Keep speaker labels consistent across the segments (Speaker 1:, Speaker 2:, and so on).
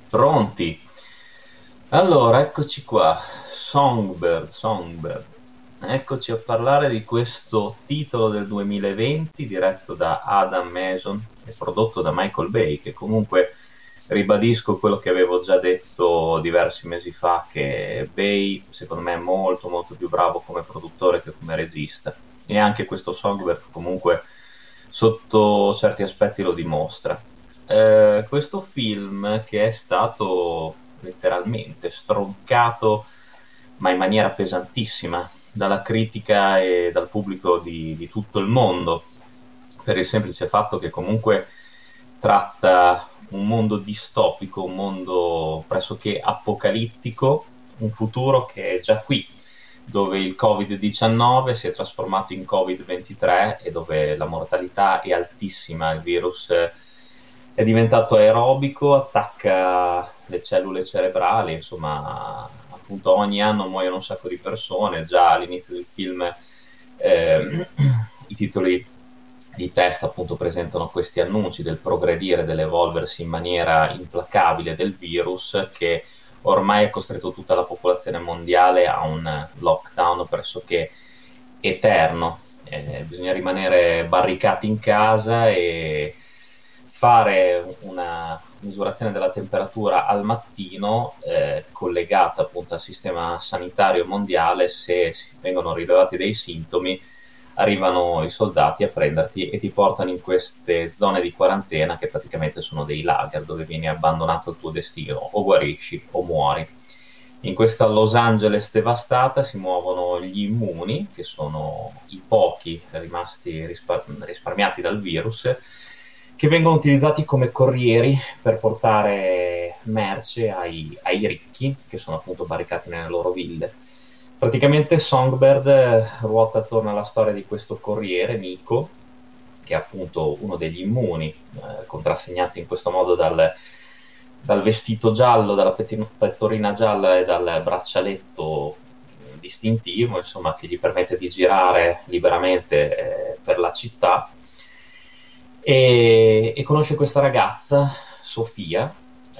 Speaker 1: Pronti? Allora, eccoci qua. Songbird. Eccoci a parlare di questo titolo del 2020 diretto da Adam Mason e prodotto da Michael Bay, che comunque ribadisco quello che avevo già detto diversi mesi fa, che Bay secondo me è molto molto più bravo come produttore che come regista. E anche questo Songbird comunque sotto certi aspetti lo dimostra. Questo film che è stato letteralmente stroncato, ma in maniera pesantissima, dalla critica e dal pubblico di tutto il mondo, per il semplice fatto che comunque tratta un mondo distopico, un mondo pressoché apocalittico, un futuro che è già qui, dove il Covid-19 si è trasformato in Covid-23 e dove la mortalità è altissima, il virus è diventato aerobico, attacca le cellule cerebrali, insomma, appunto ogni anno muoiono un sacco di persone, già all'inizio del film eh, i titoli di testa appunto presentano questi annunci del progredire, dell'evolversi in maniera implacabile del virus che ormai ha costretto tutta la popolazione mondiale a un lockdown pressoché eterno. Bisogna rimanere barricati in casa e fare una misurazione della temperatura al mattino collegata appunto al sistema sanitario mondiale. Se vengono rilevati dei sintomi arrivano i soldati a prenderti e ti portano in queste zone di quarantena che praticamente sono dei lager dove vieni abbandonato al tuo destino, o guarisci o muori. In questa Los Angeles devastata si muovono gli immuni, che sono i pochi rimasti risparmiati dal virus, che vengono utilizzati come corrieri per portare merce ai ricchi, che sono appunto barricati nelle loro ville. Praticamente Songbird ruota attorno alla storia di questo corriere, Nico, che è appunto uno degli immuni, contrassegnati in questo modo dal vestito giallo, dalla pettorina gialla e dal braccialetto distintivo, insomma, che gli permette di girare liberamente per la città. E conosce questa ragazza, Sofia,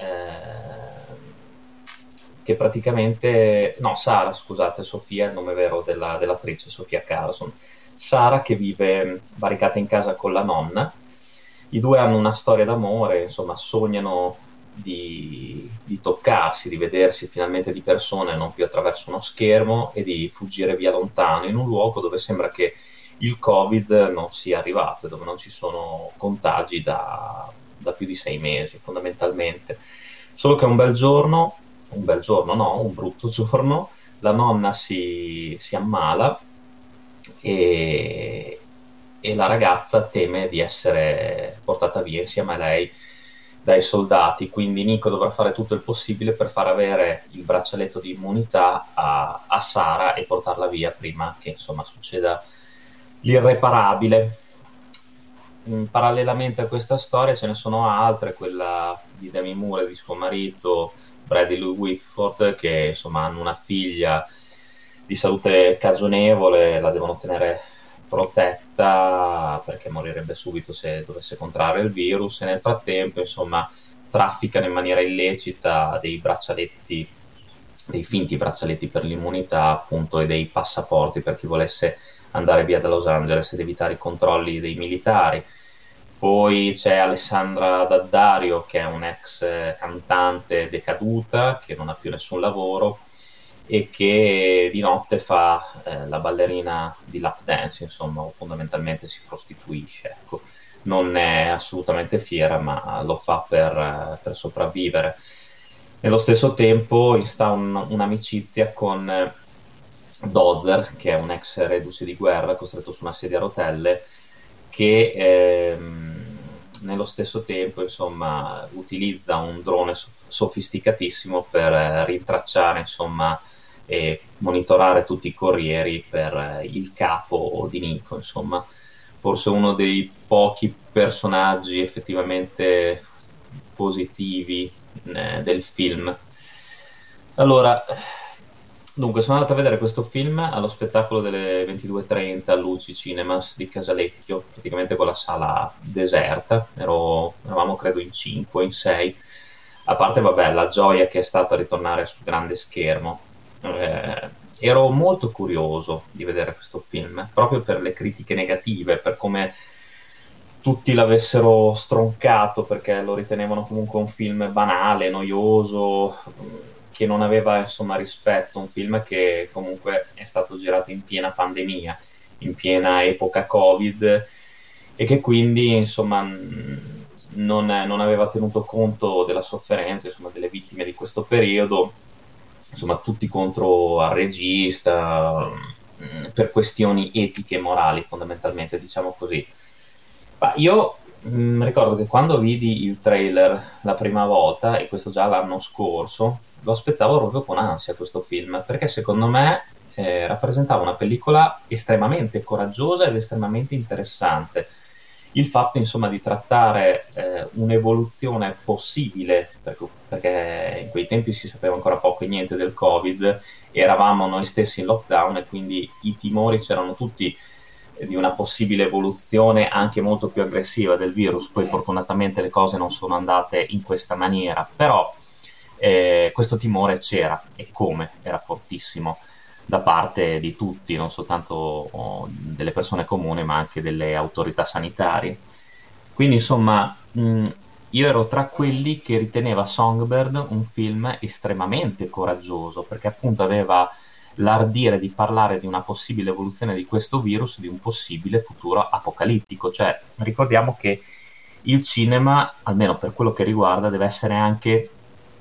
Speaker 1: che praticamente, no, Sara, scusate, Sofia è il nome vero dell'attrice, Sofia Carson. Sara che vive barricata in casa con la nonna. I due hanno una storia d'amore, insomma, sognano di toccarsi, di vedersi finalmente di persona e non più attraverso uno schermo e di fuggire via lontano in un luogo dove sembra che il Covid non sia arrivato e dove non ci sono contagi da più di 6 mesi, fondamentalmente. Solo che un bel giorno no, un brutto giorno, la nonna si ammala e, e la ragazza teme di essere portata via insieme a lei dai soldati, quindi Nico dovrà fare tutto il possibile per far avere il braccialetto di immunità a Sara e portarla via prima che insomma succeda l'irreparabile. Parallelamente a questa storia ce ne sono altre, quella di Demi Moore e di suo marito Bradley Whitford, che insomma hanno una figlia di salute cagionevole, la devono tenere protetta perché morirebbe subito se dovesse contrarre il virus, e nel frattempo insomma trafficano in maniera illecita dei braccialetti, dei finti braccialetti per l'immunità appunto, e dei passaporti per chi volesse andare via da Los Angeles ed evitare i controlli dei militari. Poi c'è Alessandra Daddario, che è un'ex cantante decaduta, che non ha più nessun lavoro e che di notte fa la ballerina di lap dance, insomma, o fondamentalmente si prostituisce. Ecco. Non è assolutamente fiera, ma lo fa per sopravvivere. Nello stesso tempo insta un'amicizia con Dozer, che è un ex reduce di guerra costretto su una sedia a rotelle, che nello stesso tempo insomma utilizza un drone sofisticatissimo per rintracciare insomma e monitorare tutti i corrieri per il capo di Nico, insomma forse uno dei pochi personaggi effettivamente positivi del film. Allora, dunque, sono andato a vedere questo film allo spettacolo delle 22:30 a Luci Cinemas di Casalecchio, praticamente con la sala deserta. Eravamo credo in 5 o in 6 A parte, vabbè, la gioia che è stata ritornare sul grande schermo. Ero molto curioso di vedere questo film, proprio per le critiche negative, per come tutti l'avessero stroncato perché lo ritenevano comunque un film banale, noioso, che non aveva insomma rispetto, un film che comunque è stato girato in piena pandemia, in piena epoca Covid e che quindi insomma non aveva tenuto conto della sofferenza, insomma, delle vittime di questo periodo, insomma tutti contro al regista, per questioni etiche e morali fondamentalmente, diciamo così. Ma io ricordo che quando vidi il trailer la prima volta, e questo già l'anno scorso, lo aspettavo proprio con ansia questo film, perché secondo me rappresentava una pellicola estremamente coraggiosa ed estremamente interessante. Il fatto, insomma, di trattare un'evoluzione possibile, perché in quei tempi si sapeva ancora poco e niente del Covid, eravamo noi stessi in lockdown e quindi i timori c'erano tutti di una possibile evoluzione anche molto più aggressiva del virus. Poi fortunatamente le cose non sono andate in questa maniera, però questo timore c'era, e come era fortissimo da parte di tutti, non soltanto delle persone comuni, ma anche delle autorità sanitarie. Quindi, insomma, io ero tra quelli che riteneva Songbird un film estremamente coraggioso, perché appunto aveva l'ardire di parlare di una possibile evoluzione di questo virus, di un possibile futuro apocalittico. Cioè, ricordiamo che il cinema, almeno per quello che riguarda, deve essere anche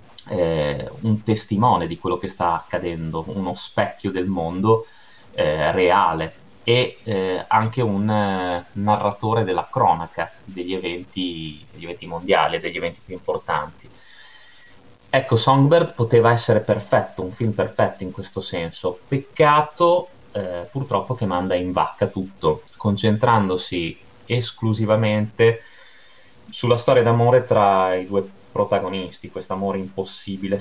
Speaker 1: un testimone di quello che sta accadendo, uno specchio del mondo reale e anche un narratore della cronaca degli eventi mondiali, degli eventi più importanti. Ecco, Songbird poteva essere perfetto, un film perfetto in questo senso. Peccato, purtroppo, che manda in vacca tutto, concentrandosi esclusivamente sulla storia d'amore tra i due protagonisti, questo amore impossibile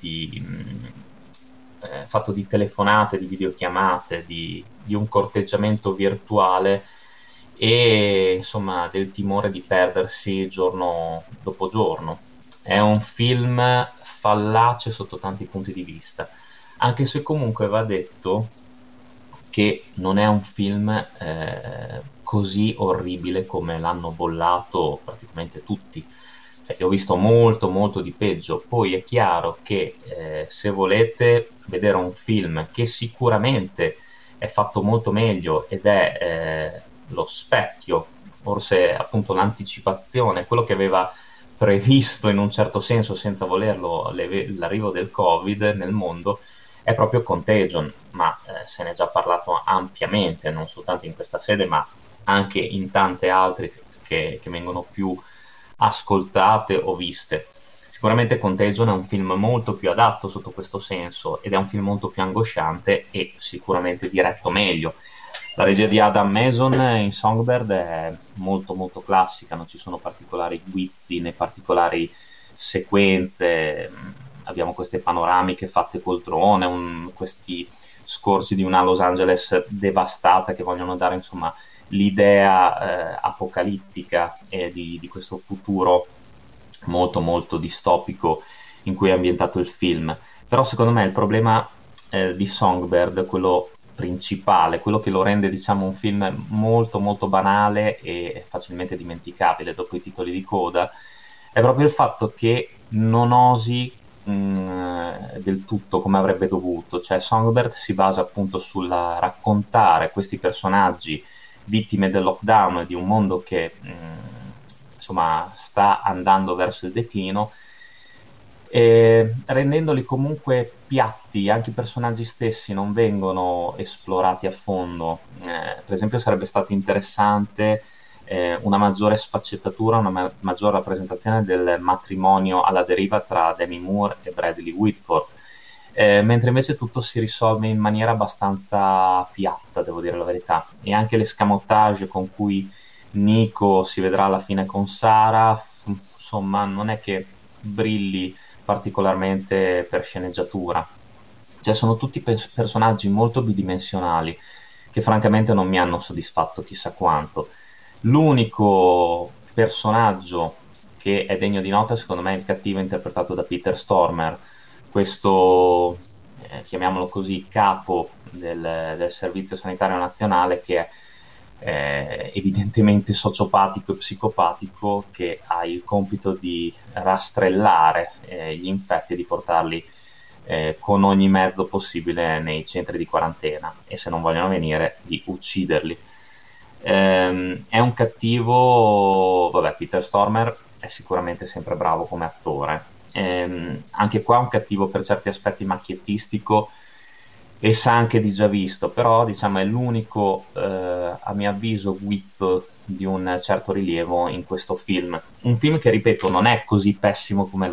Speaker 1: fatto di telefonate, di videochiamate, di un corteggiamento virtuale e insomma del timore di perdersi giorno dopo giorno. È un film fallace sotto tanti punti di vista, anche se comunque va detto che non è un film così orribile come l'hanno bollato praticamente tutti. Cioè, io ho visto molto molto di peggio. Poi è chiaro che se volete vedere un film che sicuramente è fatto molto meglio ed è lo specchio, forse appunto l'anticipazione, quello che aveva previsto in un certo senso senza volerlo l'arrivo del Covid nel mondo, è proprio Contagion, ma se ne è già parlato ampiamente, non soltanto in questa sede, ma anche in tante altre che vengono più ascoltate o viste. Sicuramente Contagion è un film molto più adatto sotto questo senso ed è un film molto più angosciante e sicuramente diretto meglio. La regia di Adam Mason in Songbird è molto molto classica, non ci sono particolari guizzi né particolari sequenze, abbiamo queste panoramiche fatte col drone, questi scorsi di una Los Angeles devastata che vogliono dare insomma l'idea apocalittica di questo futuro molto molto distopico in cui è ambientato il film. Però secondo me il problema di Songbird, quello principale, quello che lo rende diciamo un film molto molto banale e facilmente dimenticabile dopo i titoli di coda, è proprio il fatto che non osi del tutto come avrebbe dovuto. Cioè Songbird si basa appunto sul raccontare questi personaggi vittime del lockdown e di un mondo che insomma sta andando verso il declino, rendendoli comunque piatti. Anche i personaggi stessi non vengono esplorati a fondo. Per esempio sarebbe stato interessante una maggiore sfaccettatura, una maggiore rappresentazione del matrimonio alla deriva tra Demi Moore e Bradley Whitford, mentre invece tutto si risolve in maniera abbastanza piatta, devo dire la verità, e anche l'escamotage con cui Nico si vedrà alla fine con Sara, insomma, non è che brilli particolarmente per sceneggiatura. Cioè, sono tutti personaggi molto bidimensionali che francamente non mi hanno soddisfatto chissà quanto. L'unico personaggio che è degno di nota, secondo me, il cattivo interpretato da Peter Stormer, questo, chiamiamolo così, capo del Servizio Sanitario Nazionale, che è evidentemente sociopatico e psicopatico, che ha il compito di rastrellare gli infetti e di portarli con ogni mezzo possibile nei centri di quarantena, e se non vogliono venire di ucciderli. È un cattivo, vabbè, Peter Stormer è sicuramente sempre bravo come attore. Anche qua un cattivo per certi aspetti macchiettistico e sa anche di già visto, però diciamo è l'unico, a mio avviso, guizzo di un certo rilievo in questo film. Un film che, ripeto, non è così pessimo come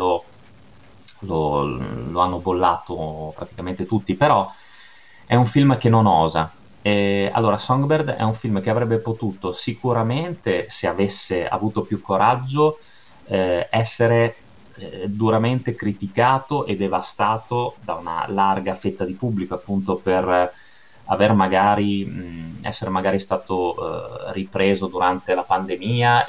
Speaker 1: lo hanno bollato praticamente tutti, però è un film che non osa. E allora, Songbird è un film che avrebbe potuto sicuramente, se avesse avuto più coraggio, essere duramente criticato e devastato da una larga fetta di pubblico, appunto per aver magari essere magari stato ripreso durante la pandemia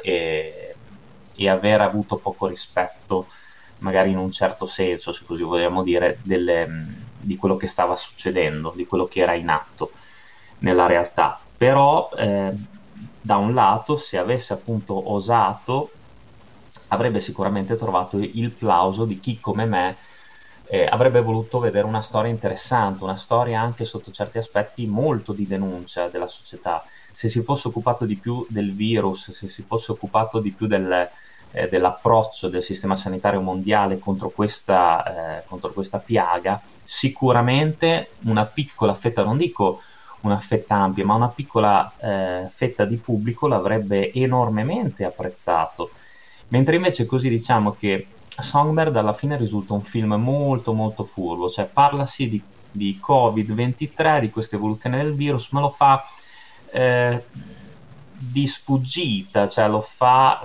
Speaker 1: e aver avuto poco rispetto, magari in un certo senso, se così vogliamo dire, di quello che stava succedendo, di quello che era in atto nella realtà. Però da un lato, se avesse appunto osato, avrebbe sicuramente trovato il plauso di chi come me avrebbe voluto vedere una storia interessante, una storia anche sotto certi aspetti molto di denuncia della società. Se si fosse occupato di più del virus, se si fosse occupato di più dell'approccio del sistema sanitario mondiale contro questa piaga, sicuramente una piccola fetta, non dico una fetta ampia, ma una piccola fetta di pubblico l'avrebbe enormemente apprezzato. Mentre invece così diciamo che Songbird alla fine risulta un film molto molto furbo, cioè parla sì di Covid-23, di questa evoluzione del virus, ma lo fa eh, di sfuggita, cioè lo fa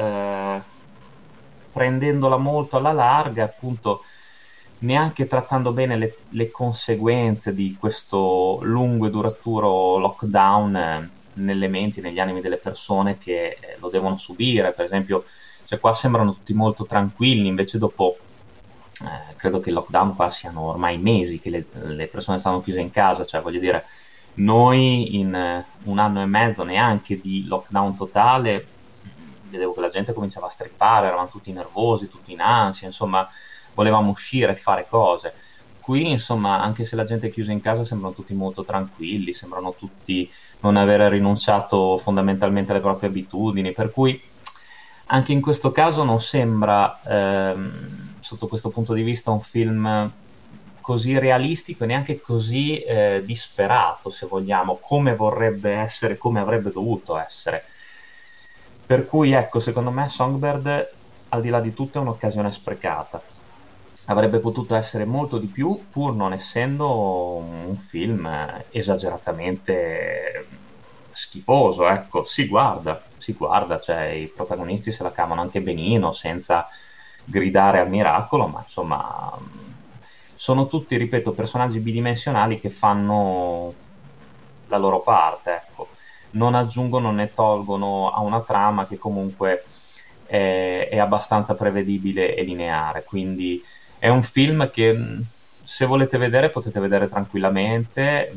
Speaker 1: prendendola molto alla larga, appunto neanche trattando bene le conseguenze di questo lungo e duraturo lockdown nelle menti, negli animi delle persone che lo devono subire. Per esempio, cioè qua sembrano tutti molto tranquilli, invece dopo credo che il lockdown qua siano ormai mesi che le persone stanno chiuse in casa, cioè voglio dire, noi in un anno e mezzo neanche di lockdown totale, vedevo che la gente cominciava a strippare, eravamo tutti nervosi, tutti in ansia, insomma, volevamo uscire e fare cose. Qui, insomma, anche se la gente è chiusa in casa, sembrano tutti molto tranquilli, sembrano tutti non aver rinunciato fondamentalmente alle proprie abitudini, per cui anche in questo caso non sembra, sotto questo punto di vista, un film così realistico e neanche così disperato, se vogliamo, come vorrebbe essere, come avrebbe dovuto essere. Per cui, ecco, secondo me Songbird, al di là di tutto, è un'occasione sprecata. Avrebbe potuto essere molto di più, pur non essendo un film esageratamente schifoso, ecco. Si guarda, cioè i protagonisti se la cavano anche benino, senza gridare al miracolo, ma insomma sono tutti, ripeto, personaggi bidimensionali che fanno la loro parte, ecco. Non aggiungono né tolgono a una trama che comunque è abbastanza prevedibile e lineare, quindi è un film che se volete vedere potete vedere tranquillamente,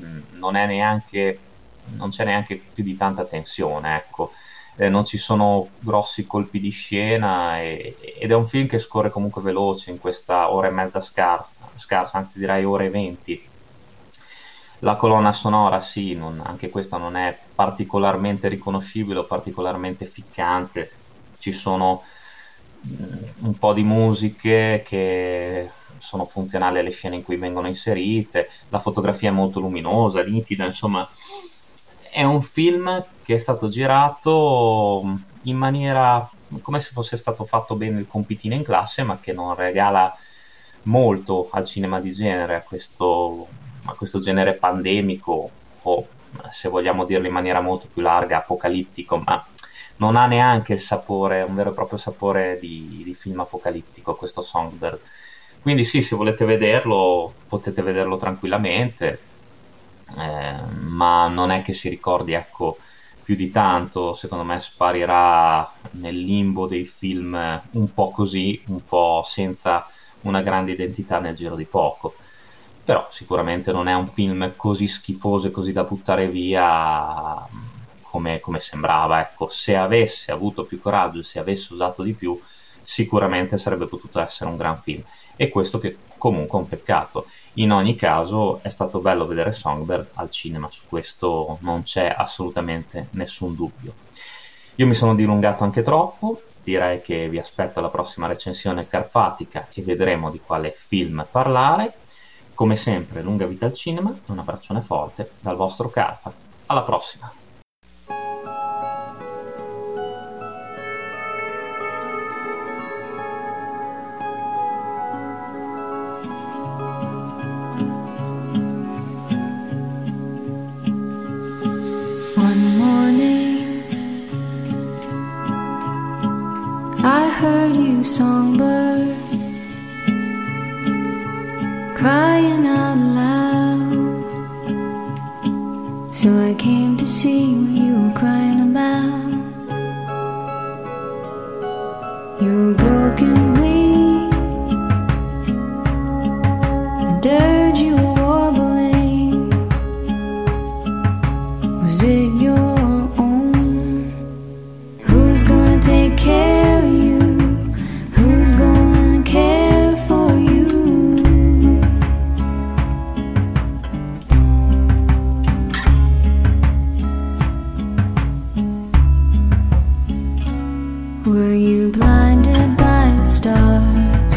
Speaker 1: non c'è neanche più di tanta tensione, ecco. Non ci sono grossi colpi di scena ed è un film che scorre comunque veloce in questa ora e mezza scarsa, anzi direi ora e 20. La colonna sonora, sì, anche questa non è particolarmente riconoscibile o particolarmente ficcante. Ci sono un po' di musiche che sono funzionali alle scene in cui vengono inserite, la fotografia è molto luminosa, nitida, insomma, è un film che è stato girato in maniera come se fosse stato fatto bene il compitino in classe, ma che non regala molto al cinema di genere, a questo genere pandemico o, se vogliamo dirlo in maniera molto più larga, apocalittico, ma non ha neanche il sapore, un vero e proprio sapore di film apocalittico, questo Songbird. Quindi sì, se volete vederlo, potete vederlo tranquillamente, ma non è che si ricordi, ecco, più di tanto, secondo me sparirà nel limbo dei film un po' così, un po' senza una grande identità nel giro di poco. Però sicuramente non è un film così schifoso e così da buttare via come sembrava. Ecco, se avesse avuto più coraggio, se avesse usato di più, sicuramente sarebbe potuto essere un gran film. E questo che comunque è un peccato. In ogni caso è stato bello vedere Songbird al cinema, su questo non c'è assolutamente nessun dubbio. Io mi sono dilungato anche troppo, direi che vi aspetto alla prossima recensione carfatica e vedremo di quale film parlare. Come sempre, lunga vita al cinema e un abbraccione forte dal vostro Carfa. Alla prossima!
Speaker 2: One morning, I heard you, songbird, crying out loud. So I came to see what you were crying about. Your broken wing, the dirge you were warbling, was it your own? Who's gonna take care of you? Who's gonna care for you? Were you blinded by the stars?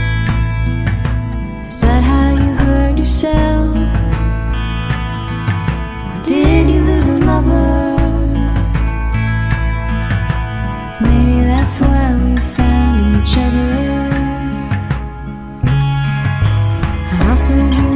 Speaker 2: Is that how you hurt yourself? Or did you lose a lover? Maybe that's why we found each other. I offered you